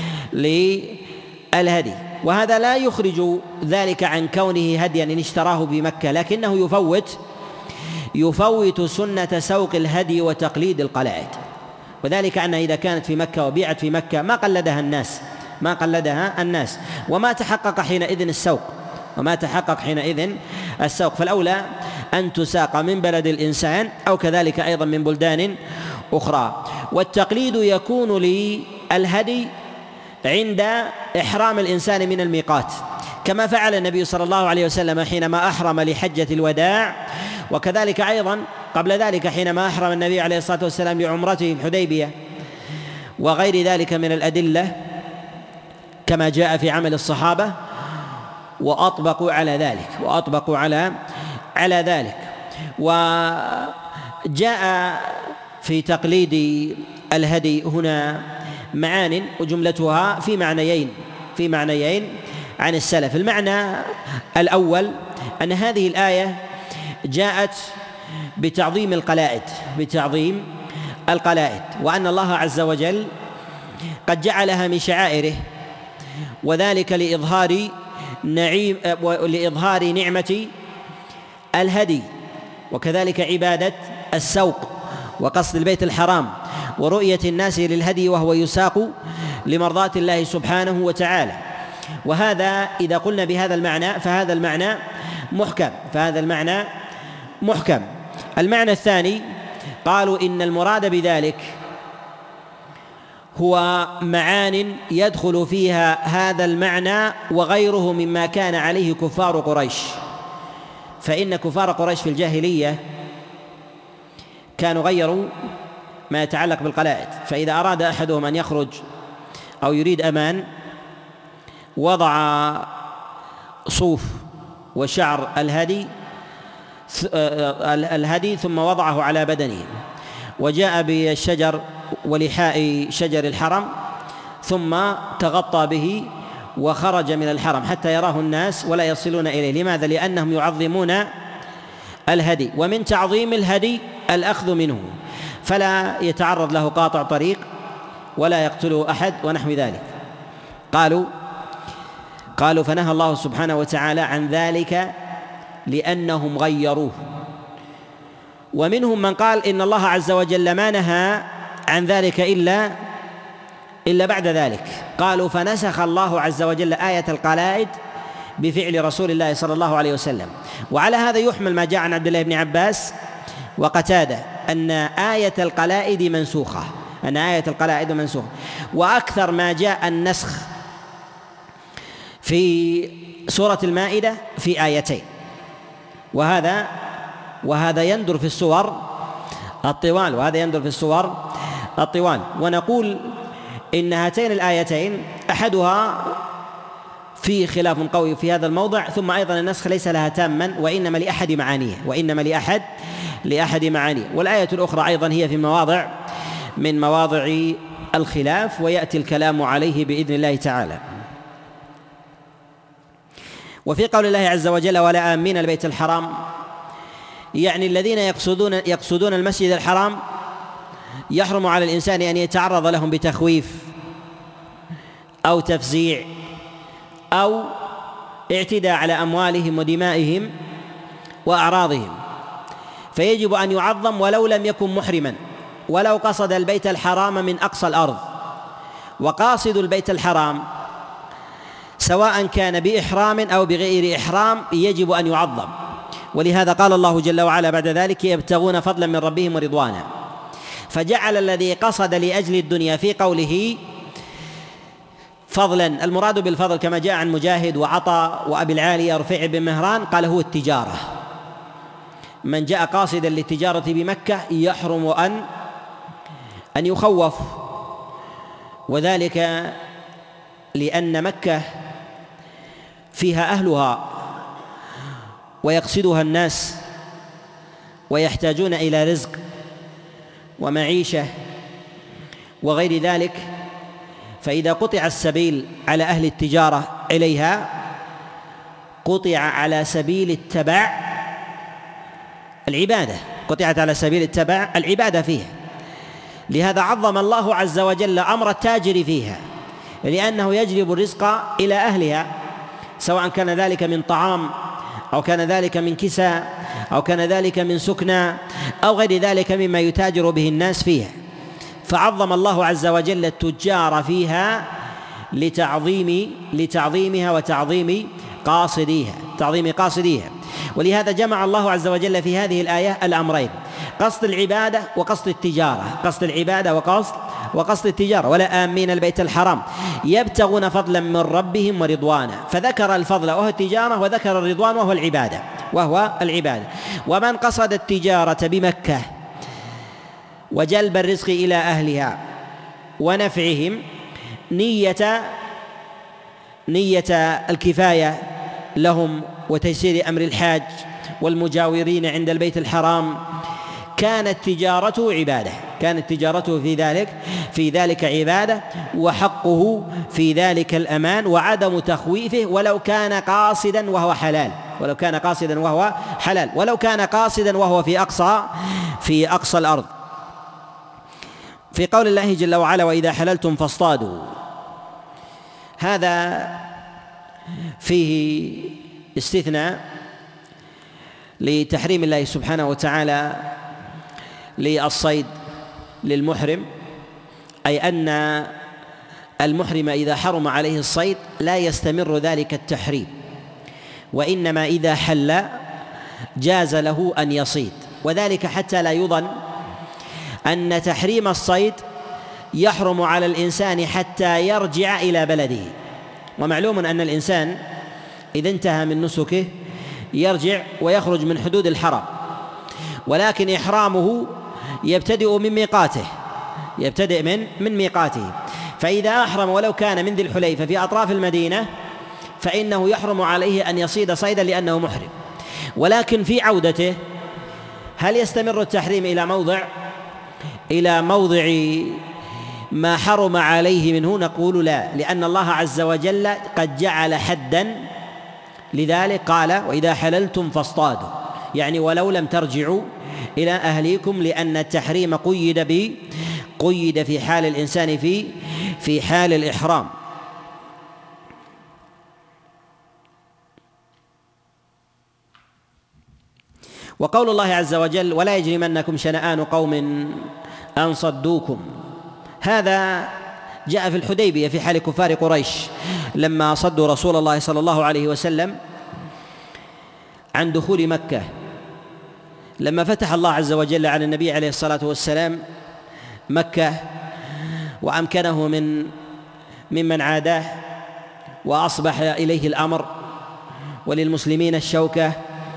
للهدي. وهذا لا يخرج ذلك عن كونه هديا إن اشتراه بمكة، لكنه يفوت يفوت سنة سوق الهدي وتقليد القلائد، وذلك أنها إذا كانت في مكة وبيعت في مكة ما قلدها الناس ما قلدها الناس وما تحقق حينئذ السوق وما تحقق حينئذ السوق فالأولى أن تساق من بلد الإنسان أو كذلك أيضا من بلدان أخرى. والتقليد يكون للهدي عند إحرام الإنسان من الميقات، كما فعل النبي صلى الله عليه وسلم حينما أحرم لحجة الوداع، وكذلك أيضا قبل ذلك حينما أحرم النبي عليه الصلاة والسلام لعمرته الحديبية وغير ذلك من الأدلة كما جاء في عمل الصحابة وأطبقوا على ذلك وأطبقوا على على ذلك. وجاء في تقليد الهدي هنا معان وجملتها في معنيين في معنيين عن السلف. المعنى الأول أن هذه الآية جاءت بتعظيم القلائد بتعظيم القلائد وأن الله عز وجل قد جعلها من شعائره، وذلك لإظهار نعيم لإظهار نعمة الهدي، وكذلك عبادة السوق وقصد البيت الحرام ورؤية الناس للهدي وهو يساق لمرضاة الله سبحانه وتعالى. وهذا إذا قلنا بهذا المعنى فهذا المعنى محكم فهذا المعنى محكم. المعنى الثاني قالوا إن المراد بذلك هو معان يدخل فيها هذا المعنى وغيره مما كان عليه كفار قريش، فإن كفار قريش في الجاهلية كانوا غيروا ما يتعلق بالقلائد، فإذا أراد أحدهم أن يخرج أو يريد أمان وضع صوف وشعر الهدي الهدي ثم وضعه على بدنه، وجاء بالشجر ولحاء شجر الحرم ثم تغطى به وخرج من الحرم حتى يراه الناس ولا يصلون إليه. لماذا؟ لأنهم يعظمون الهدي، ومن تعظيم الهدي الأخذ منه فلا يتعرض له قاطع طريق ولا يقتله أحد ونحو ذلك. قالوا قالوا فنهى الله سبحانه وتعالى عن ذلك لأنهم غيروه. ومنهم من قال إن الله عز وجل ما نهى عن ذلك إلا إلا بعد ذلك، قالوا فنسخ الله عز وجل آية القلائد بفعل رسول الله صلى الله عليه وسلم. وعلى هذا يحمل ما جاء عن عبد الله بن عباس وقتادة أن آية القلائد منسوخة أن آية القلائد منسوخة وأكثر ما جاء النسخ في سورة المائدة في آيتين، وهذا وهذا يندر في السور الطوال وهذا يندر في السور الطوال ونقول إن هاتين الآيتين أحدها في خلاف قوي في هذا الموضع، ثم أيضا النسخ ليس لها تاما وإنما لأحد معانيه وإنما لأحد لأحد معانيه والآية الأخرى أيضا هي في مواضع من مواضع الخلاف ويأتي الكلام عليه بإذن الله تعالى. وفي قول الله عز وجل ولا آمين البيت الحرام، يعني الذين يقصدون يقصدون المسجد الحرام يحرم على الإنسان أن يتعرض لهم بتخويف أو تفزيع أو اعتداء على أموالهم ودمائهم وأعراضهم، فيجب أن يعظم ولو لم يكن محرما، ولو قصد البيت الحرام من أقصى الأرض. وقاصد البيت الحرام سواء كان بإحرام أو بغير إحرام يجب أن يعظم. ولهذا قال الله جل وعلا بعد ذلك يبتغون فضلا من ربهم ورضوانا، فجعل الذي قصد لأجل الدنيا في قوله فضلا، المراد بالفضل كما جاء عن مجاهد وعطاء وأبي العالية رفيع بن مهران قال هو التجارة. من جاء قاصدا للتجارة بمكة يحرم أن أن يخوف، وذلك لأن مكة فيها أهلها ويقصدها الناس ويحتاجون إلى رزق ومعيشة وغير ذلك، فإذا قطع السبيل على أهل التجارة إليها قطع على سبيل التبع العبادة قطعت على سبيل التبع العبادة فيها. لهذا عظم الله عز وجل أمر التاجر فيها، لأنه يجلب الرزق إلى أهلها، سواء كان ذلك من طعام أو كان ذلك من كساء أو كان ذلك من سكنى أو غير ذلك مما يتاجر به الناس فيها. فعظم الله عز وجل التجار فيها لتعظيم لتعظيمها وتعظيم قاصديها تعظيم قاصديها. ولهذا جمع الله عز وجل في هذه الآية الأمرين: قصد العبادة وقصد التجارة قصد العبادة وقصد وقصد التجارة. ولا آمين البيت الحرام يبتغون فضلا من ربهم ورضوانا، فذكر الفضل وهو التجارة وذكر الرضوان وهو العبادة وهو العبادة. ومن قصد التجارة بمكة وجلب الرزق إلى أهلها ونفعهم نية نية الكفاية لهم وتيسير أمر الحاج والمجاورين عند البيت الحرام، كانت تجارته عبادة كانت تجارته في ذلك في ذلك عبادة، وحقه في ذلك الأمان وعدم تخويفه ولو كان قاصدا وهو حلال ولو كان قاصدا وهو حلال، ولو كان قاصدا وهو في أقصى في أقصى الأرض. في قول الله جل وعلا: وإذا حللتم فاصطادوا، هذا فيه استثناء لتحريم الله سبحانه وتعالى للصيد للمحرم، أي أن المحرم إذا حرم عليه الصيد لا يستمر ذلك التحريم، وإنما إذا حل جاز له أن يصيد، وذلك حتى لا يظن أن تحريم الصيد يحرم على الإنسان حتى يرجع إلى بلده. ومعلوم أن الإنسان إذا انتهى من نسكه يرجع ويخرج من حدود الحرم، ولكن إحرامه يبتدئ من ميقاته يبتدئ من من ميقاته فإذا أحرم ولو كان من ذي الحليفة في أطراف المدينة فإنه يحرم عليه أن يصيد صيدا لأنه محرم. ولكن في عودته هل يستمر التحريم إلى موضع إلى موضع ما حرم عليه منه؟ نقول لا، لأن الله عز وجل قد جعل حدا لذلك، قال: وإذا حللتم فاصطادوا، يعني ولو لم ترجعوا إلى أهليكم، لأن التحريم قيد ب قيد في حال الإنسان في في حال الإحرام. وقول الله عز وجل: ولا يجرمنكم شنآن قوم أن صدوكم، هذا جاء في الحديبية في حال كفار قريش لما صدوا رسول الله صلى الله عليه وسلم عن دخول مكة، لما فتح الله عز وجل على النبي عليه الصلاة والسلام مكة وأمكنه من ممن عاداه وأصبح إليه الأمر وللمسلمين الشوكة،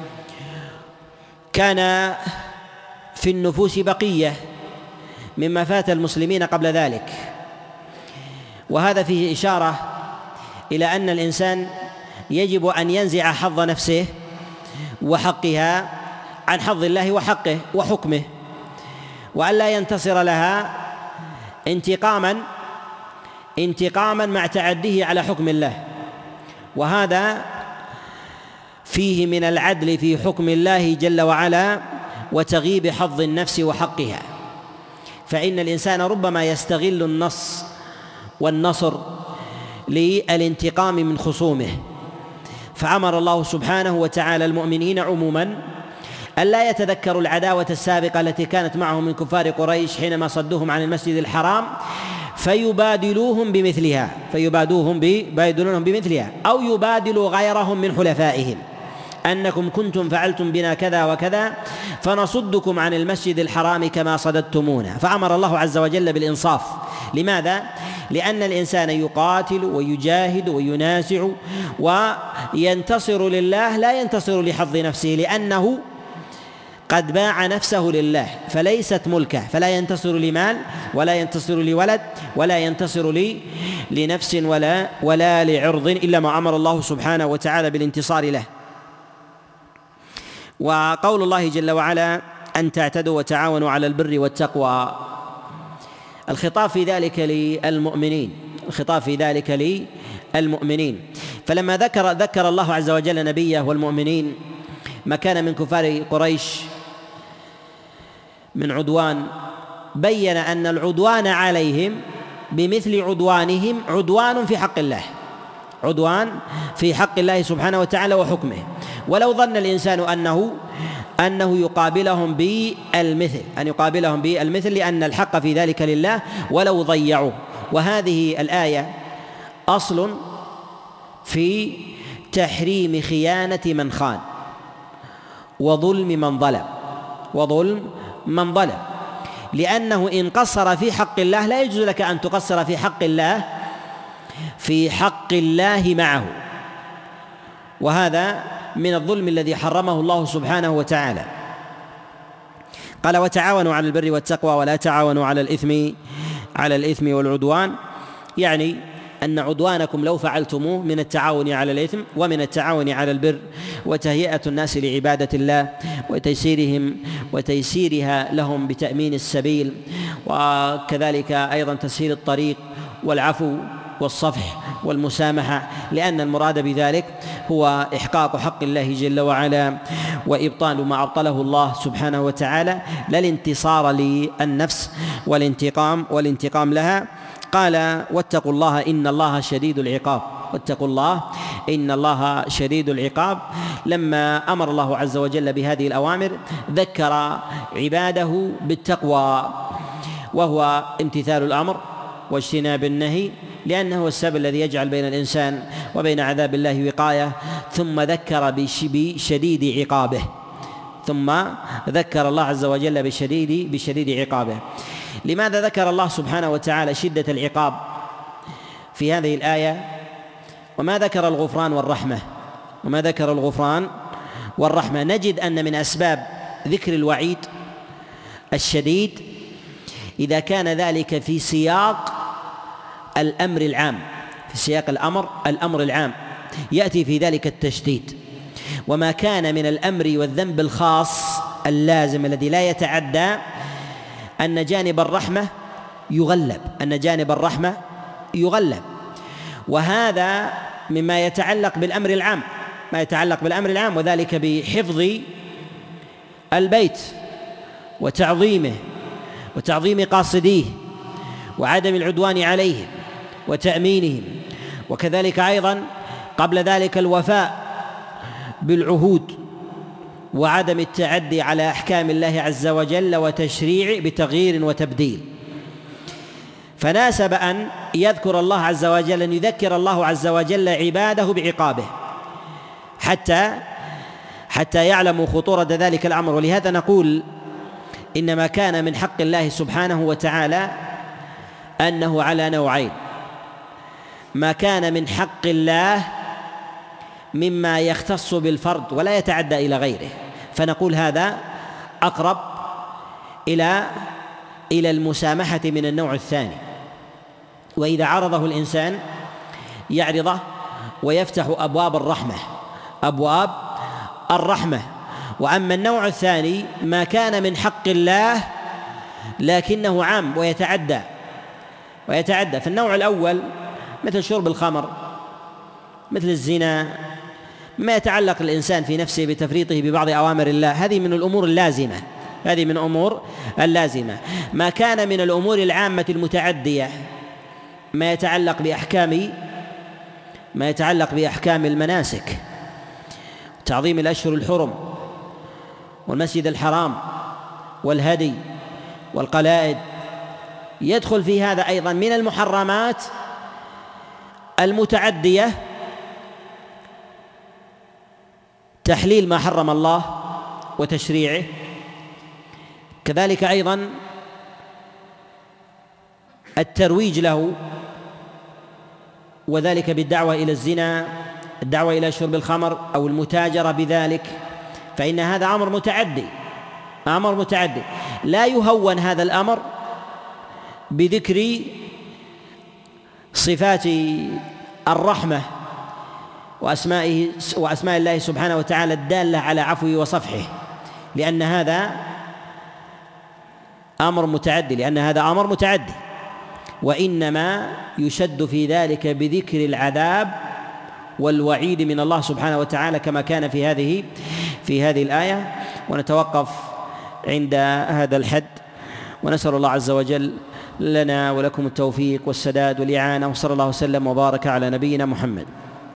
كان في النفوس بقية مما فات المسلمين قبل ذلك، وهذا فيه إشارة إلى أن الإنسان يجب أن ينزع حظ نفسه وحقها عن حظ الله وحقه وحكمه، وأن لا ينتصر لها انتقاما انتقاما مع تعديه على حكم الله. وهذا فيه من العدل في حكم الله جل وعلا وتغييب حظ النفس وحقها، فإن الإنسان ربما يستغل النص والنصر للانتقام من خصومه، فأمر الله سبحانه وتعالى المؤمنين عموما ألا يتذكروا العداوة السابقة التي كانت معهم من كفار قريش حينما صدوهم عن المسجد الحرام فيبادلوهم بمثلها فيبادلوهم بيبادلونهم بمثلها أو يبادلوا غيرهم من حلفائهم، أنكم كنتم فعلتم بنا كذا وكذا فنصدكم عن المسجد الحرام كما صددتمونا. فأمر الله عز وجل بالإنصاف. لماذا؟ لأن الإنسان يقاتل ويجاهد وينازع وينتصر لله، لا ينتصر لحظ نفسه، لأنه قد باع نفسه لله فليست ملكه، فلا ينتصر لمال ولا ينتصر لولد ولا ينتصر لي لنفس ولا ولا لعرض إلا ما أمر الله سبحانه وتعالى بالانتصار له. وقول الله جل وعلا: أن تعتدوا وتعاونوا على البر والتقوى، الخطاب في ذلك للمؤمنين الخطاب في ذلك للمؤمنين فلما ذكر ذكر الله عز وجل نبيه والمؤمنين ما كان من كفار قريش من عدوان، بين أن العدوان عليهم بمثل عدوانهم عدوان في حق الله عدوان في حق الله سبحانه وتعالى وحكمه. ولو ظن الإنسان أنه أنه يقابلهم بالمثل أن يقابلهم بالمثل لأن الحق في ذلك لله ولو ضيعوه. وهذه الآية أصل في تحريم خيانة من خان وظلم من ظلم وظلم من ظلم لأنه إن قصر في حق الله لا يجوز لك أن تقصر في حق الله في حق الله معه، وهذا من الظلم الذي حرمه الله سبحانه وتعالى. قال: وتعاونوا على البر والتقوى ولا تعاونوا على الإثم على الإثم والعدوان، يعني أن عدوانكم لو فعلتموه من التعاون على الإثم ومن التعاون على البر وتهيئة الناس لعبادة الله وتيسيرهم وتيسيرها لهم بتأمين السبيل، وكذلك أيضا تسهيل الطريق والعفو والصفح والمسامحة، لأن المراد بذلك هو إحقاق حق الله جل وعلا وإبطال ما أبطله الله سبحانه وتعالى، لا الانتصار للنفس والانتقام والانتقام لها. قال واتقوا الله إن الله شديد العقاب، واتقوا الله إن الله شديد العقاب. لما أمر الله عز وجل بهذه الأوامر ذكر عباده بالتقوى، وهو امتثال الأمر واجتناب النهي، لأنه السبب الذي يجعل بين الإنسان وبين عذاب الله وقاية. ثم ذكر بشديد عقابه، ثم ذكر الله عز وجل بشديد بشديد عقابه. لماذا ذكر الله سبحانه وتعالى شدة العقاب في هذه الآية، وما ذكر الغفران والرحمة وما ذكر الغفران والرحمة؟ نجد أن من أسباب ذكر الوعيد الشديد إذا كان ذلك في سياق الأمر العام، في سياق الأمر الأمر العام يأتي في ذلك التشديد. وما كان من الأمر والذنب الخاص اللازم الذي لا يتعدى أن جانب الرحمة يغلب أن جانب الرحمة يغلب وهذا مما يتعلق بالأمر العام، ما يتعلق بالأمر العام، وذلك بحفظ البيت وتعظيمه وتعظيم قاصديه وعدم العدوان عليهم وتأمينهم، وكذلك أيضا قبل ذلك الوفاء بالعهود وعدم التعدي على أحكام الله عز وجل وتشريع بتغيير وتبديل. فناسب أن يذكر الله عز وجل، أن يذكر الله عز وجل عباده بعقابه حتى حتى يعلموا خطورة ذلك الأمر. ولهذا نقول إنما كان من حق الله سبحانه وتعالى أنه على نوعين: ما كان من حق الله مما يختص بالفرد ولا يتعدى إلى غيره، فنقول هذا أقرب إلى إلى المسامحة من النوع الثاني، وإذا عرضه الإنسان يعرضه ويفتح أبواب الرحمة أبواب الرحمة. وأما النوع الثاني ما كان من حق الله لكنه عام ويتعدى ويتعدى فالنوع الأول مثل شرب الخمر، مثل الزنا، ما يتعلق الإنسان في نفسه بتفريطه ببعض أوامر الله، هذه من الأمور اللازمة هذه من أمور اللازمة. ما كان من الأمور العامة المتعدية ما يتعلق بأحكام ما يتعلق بأحكام المناسك، تعظيم الأشهر الحرم والمسجد الحرام والهدي والقلائد، يدخل في هذا أيضا من المحرمات المتعدية تحليل ما حرم الله وتشريعه، كذلك أيضا الترويج له وذلك بالدعوة إلى الزنا، الدعوة إلى شرب الخمر أو المتاجرة بذلك، فإن هذا أمر متعدي أمر متعدي لا يهون هذا الأمر بذكر صفات الرحمة وأسمائه وأسماء الله سبحانه وتعالى الدالة على عفوه وصفحه، لأن هذا أمر متعدي لأن هذا أمر متعدي وإنما يشد في ذلك بذكر العذاب والوعيد من الله سبحانه وتعالى كما كان في هذه في هذه الآية. ونتوقف عند هذا الحد، ونسأل الله عز وجل لنا ولكم التوفيق والسداد والإعانة، وصلى الله وسلم وبارك على نبينا محمد.